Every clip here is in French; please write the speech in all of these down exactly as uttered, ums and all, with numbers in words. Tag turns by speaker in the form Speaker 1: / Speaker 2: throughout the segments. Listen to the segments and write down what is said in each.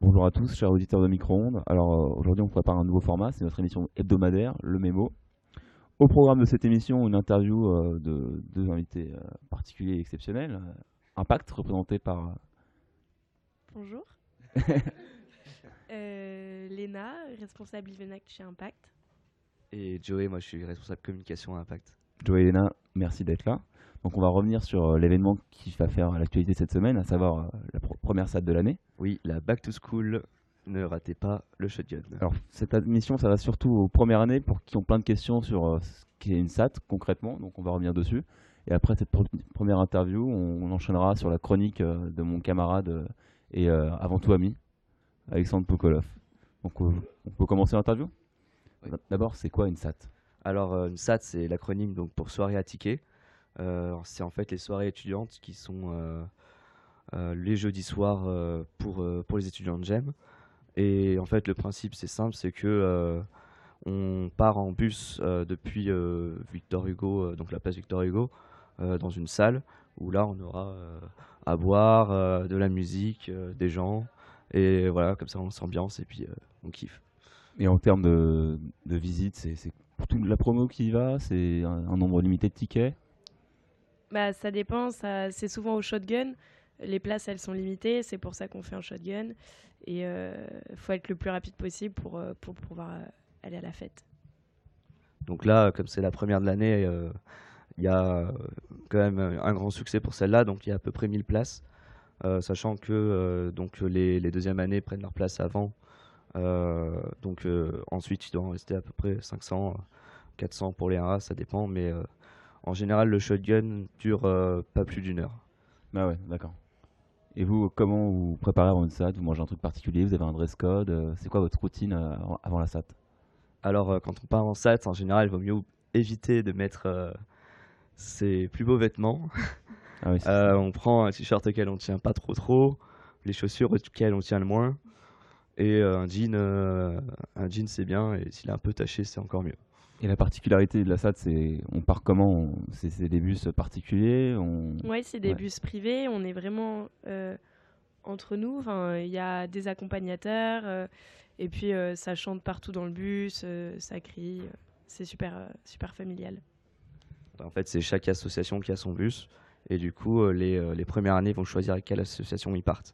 Speaker 1: Bonjour à tous, chers auditeurs de Micro-ondes. Alors euh, aujourd'hui, on prépare un nouveau format, c'est notre émission hebdomadaire, le Mémo. Au programme de cette émission, une interview euh, de deux invités euh, particuliers et exceptionnels. Euh, Impact, représenté par...
Speaker 2: Bonjour. euh, Léna, responsable Ivenac chez Impact.
Speaker 3: Et Joey, moi je suis responsable communication à Impact.
Speaker 1: Joey et Léna, merci d'être là. Donc on va revenir sur euh, l'événement qui va faire l'actualité cette semaine, à savoir euh, la pr- première S A T de l'année.
Speaker 3: Oui, la Back to School, ne ratez pas le shotgun.
Speaker 1: Alors cette émission, ça va surtout aux premières années pour qui ont plein de questions sur euh, ce qu'est une S A T concrètement, donc on va revenir dessus. Et après cette pr- première interview, on, on enchaînera sur la chronique euh, de mon camarade euh, et euh, avant tout ami, Alexandre Pokolov. Donc euh, on peut commencer l'interview.
Speaker 3: Oui.
Speaker 1: D'abord, c'est quoi une S A T?
Speaker 3: Alors euh, une S A T, c'est l'acronyme donc pour soirée à ticket. Euh, c'est en fait les soirées étudiantes qui sont euh, euh, les jeudis soirs euh, pour, euh, pour les étudiants de GEM. Et en fait le principe c'est simple, c'est que euh, on part en bus euh, depuis euh, Victor Hugo, euh, donc la place Victor Hugo, euh, dans une salle où là on aura euh, à boire, euh, de la musique, euh, des gens. Et voilà, comme ça on s'ambiance et puis euh, on kiffe.
Speaker 1: Et en termes de, de visite, c'est c'est toute la promo qui y va? C'est un, un nombre limité de tickets?
Speaker 2: Bah, ça dépend, ça, c'est souvent au shotgun. Les places, elles sont limitées, c'est pour ça qu'on fait un shotgun. Et il euh, faut être le plus rapide possible pour, euh, pour pouvoir euh, aller à la fête.
Speaker 3: Donc là, comme c'est la première de l'année, euh, il y a euh, quand même un grand succès pour celle-là. Donc il y a à peu près mille places, euh, sachant que euh, donc les, les deuxièmes années prennent leur place avant. Euh, donc euh, ensuite, il doit en rester à peu près cinq cents, quatre cents pour les R A, ça dépend. Mais euh, en général, le shotgun dure euh, pas plus d'une heure.
Speaker 1: Ah ouais, d'accord. Et vous, comment vous préparez avant une S A T? Vous mangez un truc particulier? Vous avez un dress code? euh, C'est quoi votre routine euh, avant avant la S A T?
Speaker 3: Alors euh, quand on part en S A T, en général, il vaut mieux éviter de mettre euh, ses plus beaux vêtements.
Speaker 1: Ah oui, c'est-
Speaker 3: Euh, on prend un t-shirt auquel on tient pas trop trop, les chaussures auxquelles on tient le moins, et euh, un jean, euh, un jean c'est bien, et s'il est un peu taché, c'est encore mieux.
Speaker 1: Et la particularité de la S A T, c'est on part comment? On- C'est c'est des bus particuliers? On...
Speaker 2: Ouais, c'est des
Speaker 1: Ouais.
Speaker 2: bus privés, on est vraiment euh, entre nous. Enfin, il y a des accompagnateurs, euh, et puis euh, ça chante partout dans le bus, euh, ça crie. euh, c'est super, euh, super familial.
Speaker 3: En fait, c'est chaque association qui a son bus, et du coup, euh, les, euh, les premières années vont choisir à quelle association ils partent.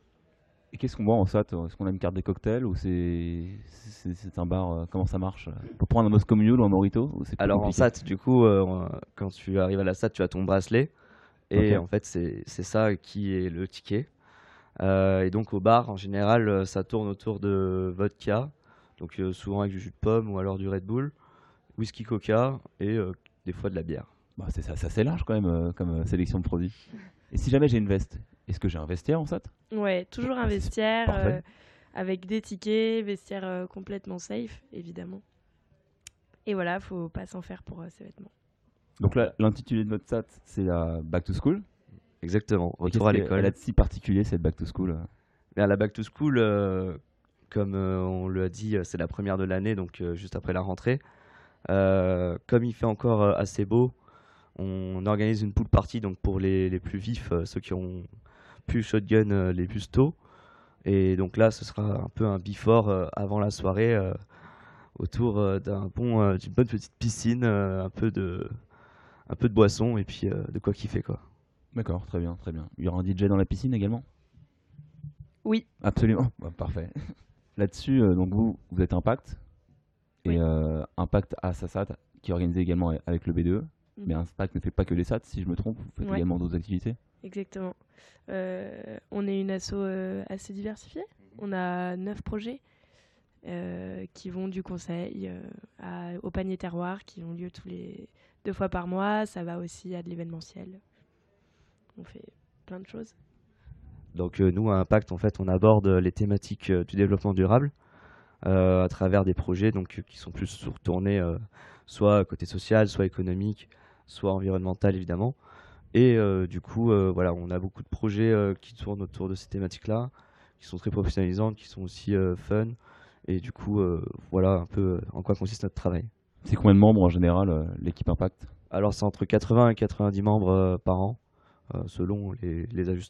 Speaker 1: Et qu'est-ce qu'on boit en S A T? Est-ce qu'on a une carte des cocktails ou c'est c'est c'est un bar? euh, Comment ça marche? On peut prendre un Moscow Mule ou un Morito ou c'est plus
Speaker 3: Alors en
Speaker 1: compliqué?
Speaker 3: S A T, du coup, euh, on- quand tu arrives à la S A T, tu as ton bracelet, et
Speaker 1: Ok.
Speaker 3: en fait, c'est c'est ça qui est le ticket. Euh, et donc au bar, en général, euh, ça tourne autour de vodka, donc euh, souvent avec du jus de pomme ou alors du Red Bull, whisky coca et euh, des fois de la bière.
Speaker 1: Bah, c'est ça, c'est assez large quand même euh, comme euh, sélection de produits. Et si jamais j'ai une veste, est-ce que j'ai un vestiaire en S A T?
Speaker 2: Ouais, toujours un
Speaker 1: Bah, c'est
Speaker 2: vestiaire
Speaker 1: parfait.
Speaker 2: euh, avec des tickets, vestiaire euh, complètement safe, évidemment. Et voilà, faut pas s'en faire pour euh, ces vêtements.
Speaker 1: Donc là, l'intitulé de notre S A T, c'est la Back to School.
Speaker 3: Exactement,
Speaker 1: Et qu'est-ce
Speaker 3: retour à
Speaker 1: qu'elle elle a
Speaker 3: l'école.
Speaker 1: de si particulier cette Back to School? euh
Speaker 3: Mais à la back to school, euh, comme euh, on l'a dit, euh, c'est la première de l'année, donc euh, juste après la rentrée. Euh, comme il fait encore euh, assez beau, on organise une pool party donc pour les, les plus vifs, euh, ceux qui ont pu shotgun euh, les plus tôt. Et donc là, ce sera un peu un before euh, avant la soirée, euh, autour euh, d'un bon, euh, d'une bonne petite piscine, euh, un peu de, un peu de boisson et puis euh, de quoi kiffer quoi.
Speaker 1: D'accord, très bien, très bien. Il y aura un D J dans la piscine également?
Speaker 2: Oui,
Speaker 1: Absolument. Bah, parfait. Là-dessus, euh, donc vous, vous êtes Impact et
Speaker 2: Oui.
Speaker 1: euh, Impact a sa S A T qui est organisée également avec le B deux E. Mais
Speaker 2: mhm,
Speaker 1: Impact ne fait pas que les S A T, si je me trompe. Vous faites
Speaker 2: ouais,
Speaker 1: également d'autres activités.
Speaker 2: exactement. Euh, on est une asso euh, assez diversifiée. On a neuf projets euh, qui vont du conseil euh, à- au panier terroir, qui ont lieu tous les deux fois par mois. Ça va aussi à de l'événementiel. On fait plein de choses.
Speaker 3: Donc euh, nous à Impact en fait on aborde les thématiques euh, du développement durable euh, à travers des projets donc euh, qui sont plus tournés euh, soit côté social, soit économique, soit environnemental évidemment. Et euh, du coup euh, voilà on a beaucoup de projets euh, qui tournent autour de ces thématiques-là, qui sont très professionnalisantes, qui sont aussi euh, fun. Et du coup euh, voilà un peu euh, en quoi consiste notre travail.
Speaker 1: C'est combien de membres en général, euh, l'équipe Impact?
Speaker 3: Alors c'est entre quatre-vingts et quatre-vingt-dix membres euh, par an euh, selon les, les ajustements.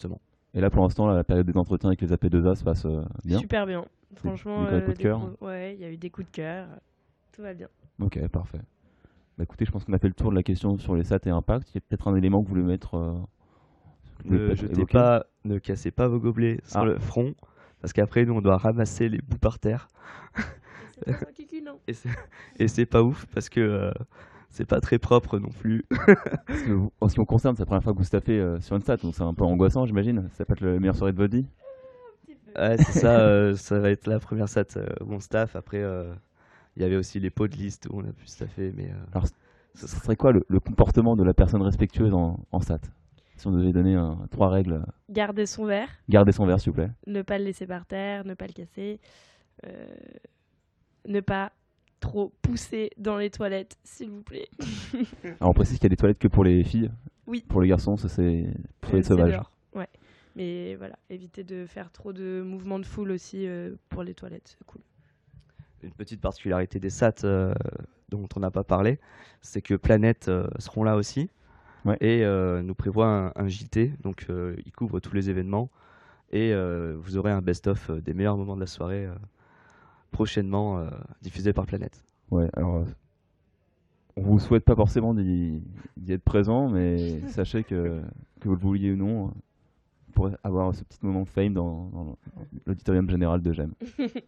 Speaker 1: Et là, pour l'instant, la période des entretiens avec les A P deux A se passe euh, bien.
Speaker 2: Super bien. Franchement,
Speaker 1: des coups de
Speaker 2: des
Speaker 1: cœur.
Speaker 2: pro- ouais, il y a eu des coups de cœur. Tout va bien.
Speaker 1: Ok, parfait. Bah, écoutez, je pense qu'on a fait le tour de la question sur les S A T et impact. Il y a peut-être un élément que vous voulez mettre. euh, que vous voulez
Speaker 3: Ne
Speaker 1: peut-être
Speaker 3: jetez
Speaker 1: évoquer.
Speaker 3: pas, ne cassez pas vos gobelets sur
Speaker 1: Ah.
Speaker 3: le front, parce qu'après nous on doit ramasser les bouts par terre.
Speaker 2: Et c'est pas kikou, non.
Speaker 3: Et c'est, et c'est pas ouf parce que euh, c'est pas très propre non plus.
Speaker 1: Parce que vous- en ce qui me concerne, c'est la première fois que vous staffez euh, sur une S A T, donc c'est un peu angoissant, j'imagine. Ça peut être le meilleur soirée de votre vie.
Speaker 3: Ouais, c'est ça, euh, ça va être la première S A T euh, où on staff. Après, euh, il y avait aussi les pots de liste où on a pu staffer, mais euh,
Speaker 1: Alors,
Speaker 3: ce
Speaker 1: ce
Speaker 3: sera-
Speaker 1: serait quoi le, le comportement de la personne respectueuse en, en S A T? Si on devait donner un- trois règles,
Speaker 2: Garder son verre,
Speaker 1: gardez son verre, s'il vous plaît.
Speaker 2: ne pas le laisser par terre, ne pas le casser, euh, ne pas trop pousser dans les toilettes, s'il vous plaît.
Speaker 1: Alors, on précise qu'il y a des toilettes que pour les filles.
Speaker 2: Oui.
Speaker 1: Pour les garçons, ça c'est pour
Speaker 2: Euh,
Speaker 1: les
Speaker 2: c'est
Speaker 1: sauvages.
Speaker 2: dehors, ouais. Mais voilà, éviter de faire trop de mouvements de foule aussi euh, pour les toilettes, c'est cool.
Speaker 3: une petite particularité des S A T euh, dont on n'a pas parlé, c'est que Planète euh, seront là aussi
Speaker 1: Ouais.
Speaker 3: et euh, nous prévoit un, un J T, donc euh, ils couvrent tous les événements et euh, vous aurez un best-of euh, des meilleurs moments de la soirée euh, prochainement euh, diffusé par Planète.
Speaker 1: Ouais, alors euh, on vous souhaite pas forcément d'y d'y être présent, mais sachez que, que vous le vouliez ou non, euh, vous pourrez avoir ce petit moment de fame dans, dans l'auditorium général de GEM.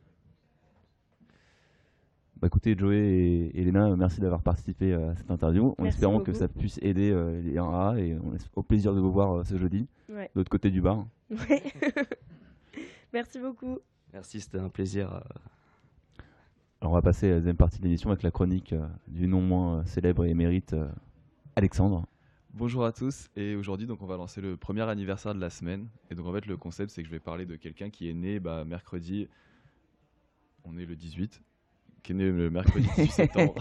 Speaker 1: Bah écoutez, Joey et et Elena, merci d'avoir participé à cette interview, en
Speaker 2: Merci
Speaker 1: espérant que
Speaker 2: beaucoup.
Speaker 1: ça puisse aider euh, les un A et on est au plaisir de vous voir euh, ce jeudi,
Speaker 2: Ouais.
Speaker 1: de l'autre côté du bar.
Speaker 2: Ouais. Merci beaucoup.
Speaker 3: Merci, c'était un plaisir. euh,
Speaker 1: Alors on va passer à la deuxième partie de l'émission avec la chronique euh, du non moins euh, célèbre et émérite euh, Alexandre.
Speaker 4: Bonjour à tous, et aujourd'hui donc on va lancer le premier anniversaire de la semaine. Et donc en fait le concept c'est que je vais parler de quelqu'un qui est né bah, mercredi, on est le dix-huit, qui est né le mercredi dix-huit septembre.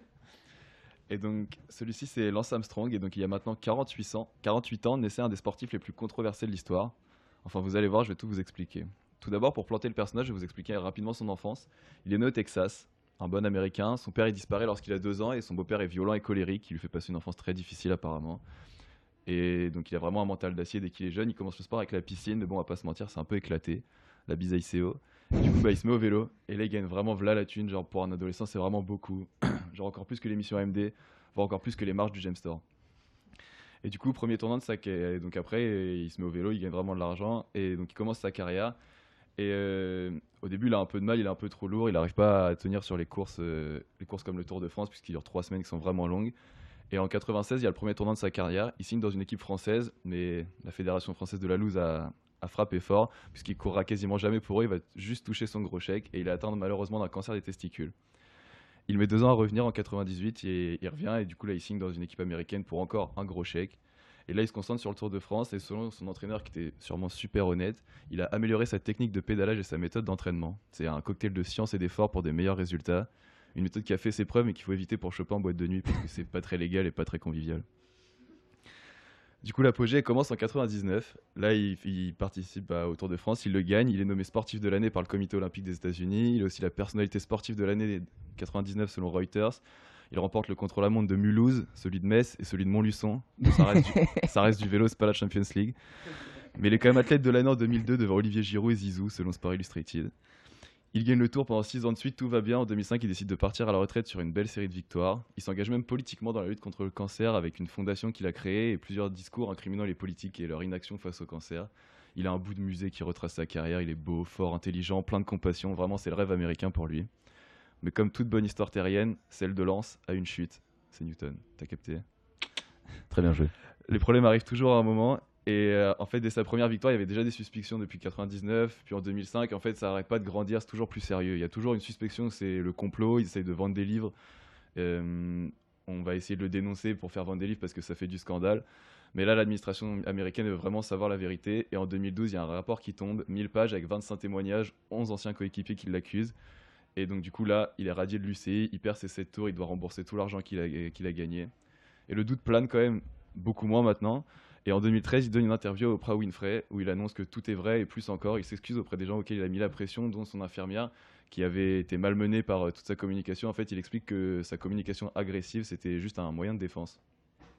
Speaker 4: Et donc celui-ci c'est Lance Armstrong, et donc il y a maintenant quarante-huit ans, quarante-huit ans, naissait un des sportifs les plus controversés de l'histoire. Enfin vous allez voir, je vais tout vous expliquer. Tout d'abord, pour planter le personnage, je vais vous expliquer rapidement son enfance. Il est né au Texas, un bon américain. Son père il disparaît lorsqu'il a deux ans et son beau-père est violent et colérique. Il lui fait passer une enfance très difficile apparemment. Et donc il a vraiment un mental d'acier dès qu'il est jeune. Il commence le sport avec la piscine, mais bon, on va pas se mentir, c'est un peu éclaté. La bise à I C O. Et du coup, bah, il se met au vélo. Et là, il gagne vraiment v'là la thune. Genre pour un adolescent, c'est vraiment beaucoup. Genre encore plus que l'émission A M D, voire encore plus que les marches du Gem Store. Et du coup, premier tournant de sa carrière. Donc après, il se met au vélo, il gagne vraiment de l'argent. Et donc il commence sa carrière. Et euh, au début, il a un peu de mal, il est un peu trop lourd, il n'arrive pas à tenir sur les courses, euh, les courses comme le Tour de France, puisqu'il dure trois semaines qui sont vraiment longues. Et en quatre-vingt-seize, il y a le premier tournant de sa carrière. Il signe dans une équipe française, mais la Fédération française de la Loose a, a frappé fort, puisqu'il courra quasiment jamais pour eux, il va juste toucher son gros chèque, et il est atteint malheureusement d'un cancer des testicules. Il met deux ans à revenir en quatre-vingt-dix-huit, et il revient, et du coup là, il signe dans une équipe américaine pour encore un gros chèque. Et là, il se concentre sur le Tour de France, et selon son entraîneur, qui était sûrement super honnête, il a amélioré sa technique de pédalage et sa méthode d'entraînement. C'est un cocktail de science et d'effort pour des meilleurs résultats. Une méthode qui a fait ses preuves, mais qu'il faut éviter pour choper en boîte de nuit, parce que c'est pas très légal et pas très convivial. Du coup, l'apogée commence en quatre-vingt-dix-neuf. Là, il, il participe bah, au Tour de France, il le gagne. Il est nommé sportif de l'année par le Comité olympique des États-Unis. Il est aussi la personnalité sportive de l'année quatre-vingt-dix-neuf selon Reuters. Il remporte le contre-la-montre de Mulhouse, celui de Metz et celui de Montluçon. Bon, ça, reste du, ça reste du vélo, c'est pas la Champions League. Mais il est quand même athlète de l'année en deux mille deux devant Olivier Giroud et Zizou, selon Sport Illustrated. Il gagne le Tour pendant six ans de suite, tout va bien. En deux mille cinq, il décide de partir à la retraite sur une belle série de victoires. Il s'engage même politiquement dans la lutte contre le cancer avec une fondation qu'il a créée et plusieurs discours incriminant les politiques et leur inaction face au cancer. Il a un bout de musée qui retrace sa carrière. Il est beau, fort, intelligent, plein de compassion. Vraiment, c'est le rêve américain pour lui. Mais comme toute bonne histoire terrienne, celle de Lance a une chute. C'est Newton, t'as capté?
Speaker 1: Très bien joué.
Speaker 4: Les problèmes arrivent toujours à un moment. Et euh, en fait, dès sa première victoire, il y avait déjà des suspicions depuis quatre-vingt-dix-neuf, puis en deux mille cinq. En fait, ça n'arrête pas de grandir, c'est toujours plus sérieux. Il y a toujours une suspicion, c'est le complot, ils essayent de vendre des livres. Euh, on va essayer de le dénoncer pour faire vendre des livres parce que ça fait du scandale. Mais là, l'administration américaine veut vraiment savoir la vérité. Et en deux mille douze, il y a un rapport qui tombe, mille pages avec vingt-cinq témoignages, onze anciens coéquipiers qui l'accusent. Et donc du coup là, il est radié de l'U C I, il perd ses sept tours, il doit rembourser tout l'argent qu'il a, qu'il a gagné. Et le doute plane quand même beaucoup moins maintenant. Et en deux mille treize, il donne une interview à Oprah Winfrey où il annonce que tout est vrai et plus encore. Il s'excuse auprès des gens auxquels il a mis la pression, dont son infirmière qui avait été malmenée par euh, toute sa communication. En fait, il explique que sa communication agressive, c'était juste un moyen de défense.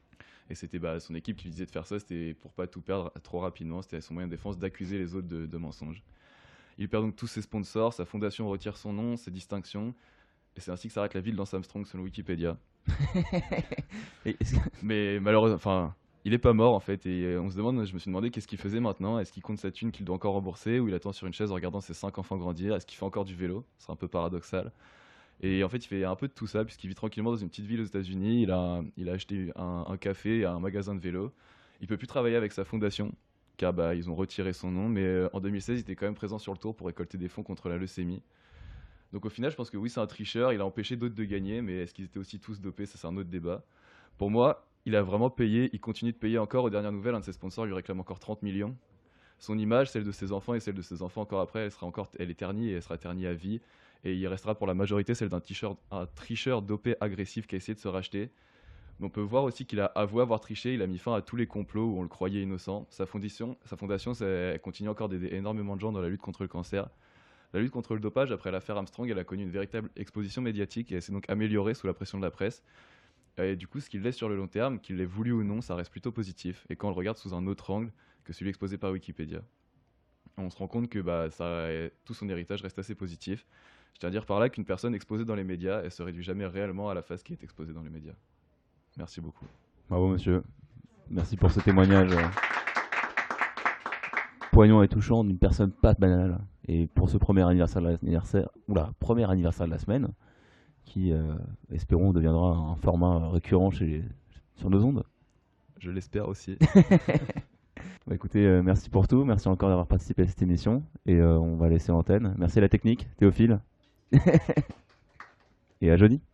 Speaker 4: Et c'était bah, son équipe qui lui disait de faire ça, c'était pour pas tout perdre trop rapidement, c'était son moyen de défense d'accuser les autres de, de mensonges. Il perd donc tous ses sponsors, sa fondation retire son nom, ses distinctions, et c'est ainsi que s'arrête la vie de Lance Armstrong selon Wikipédia.
Speaker 1: Et est-ce que-
Speaker 4: Mais malheureusement, enfin, il est pas mort en fait, et on se demande, je me suis demandé qu'est-ce qu'il faisait maintenant. Est-ce qu'il compte sa thune qu'il doit encore rembourser, ou il attend sur une chaise en regardant ses cinq enfants grandir? Est-ce qu'il fait encore du vélo? C'est un peu paradoxal. Et en fait, il fait un peu de tout ça, puisqu'il vit tranquillement dans une petite ville aux États-Unis. Il a, il a acheté un, un café et un magasin de vélo. Il peut plus travailler avec sa fondation, car bah, ils ont retiré son nom, mais euh, en deux mille seize, il était quand même présent sur le tour pour récolter des fonds contre la leucémie. Donc au final, je pense que oui, c'est un tricheur, il a empêché d'autres de gagner, mais est-ce qu'ils étaient aussi tous dopés? Ça, c'est un autre débat. Pour moi, il a vraiment payé, il continue de payer encore. Aux dernières nouvelles, un de ses sponsors lui réclame encore trente millions. Son image, celle de ses enfants et celle de ses enfants encore après, elle sera encore, elle est ternie et elle sera ternie à vie. Et il restera pour la majorité celle d'un tricheur, un tricheur dopé agressif qui a essayé de se racheter. Mais on peut voir aussi qu'il a avoué avoir triché, il a mis fin à tous les complots où on le croyait innocent. Sa fondation, sa fondation elle continue encore d'aider énormément de gens dans la lutte contre le cancer. La lutte contre le dopage, après l'affaire Armstrong, elle a connu une véritable exposition médiatique et elle s'est donc améliorée sous la pression de la presse. Et du coup, ce qu'il laisse sur le long terme, qu'il l'ait voulu ou non, ça reste plutôt positif. Et quand on le regarde sous un autre angle que celui exposé par Wikipédia, on se rend compte que bah, ça, tout son héritage reste assez positif. Je tiens à dire par là qu'une personne exposée dans les médias, elle se réduit jamais réellement à la face qui est exposée dans les médias. Merci beaucoup.
Speaker 1: Bravo monsieur. Merci pour ce témoignage euh, poignant et touchant d'une personne pas banale. Et pour ce premier anniversaire de la, anniversaire, oula, premier anniversaire de la semaine, qui, euh, espérons, deviendra un format récurrent chez, sur nos ondes.
Speaker 4: Je l'espère aussi.
Speaker 1: Bah, écoutez, euh, merci pour tout. Merci encore d'avoir participé à cette émission. Et euh, on va laisser l'antenne. Merci à la technique, Théophile. Et à jeudi.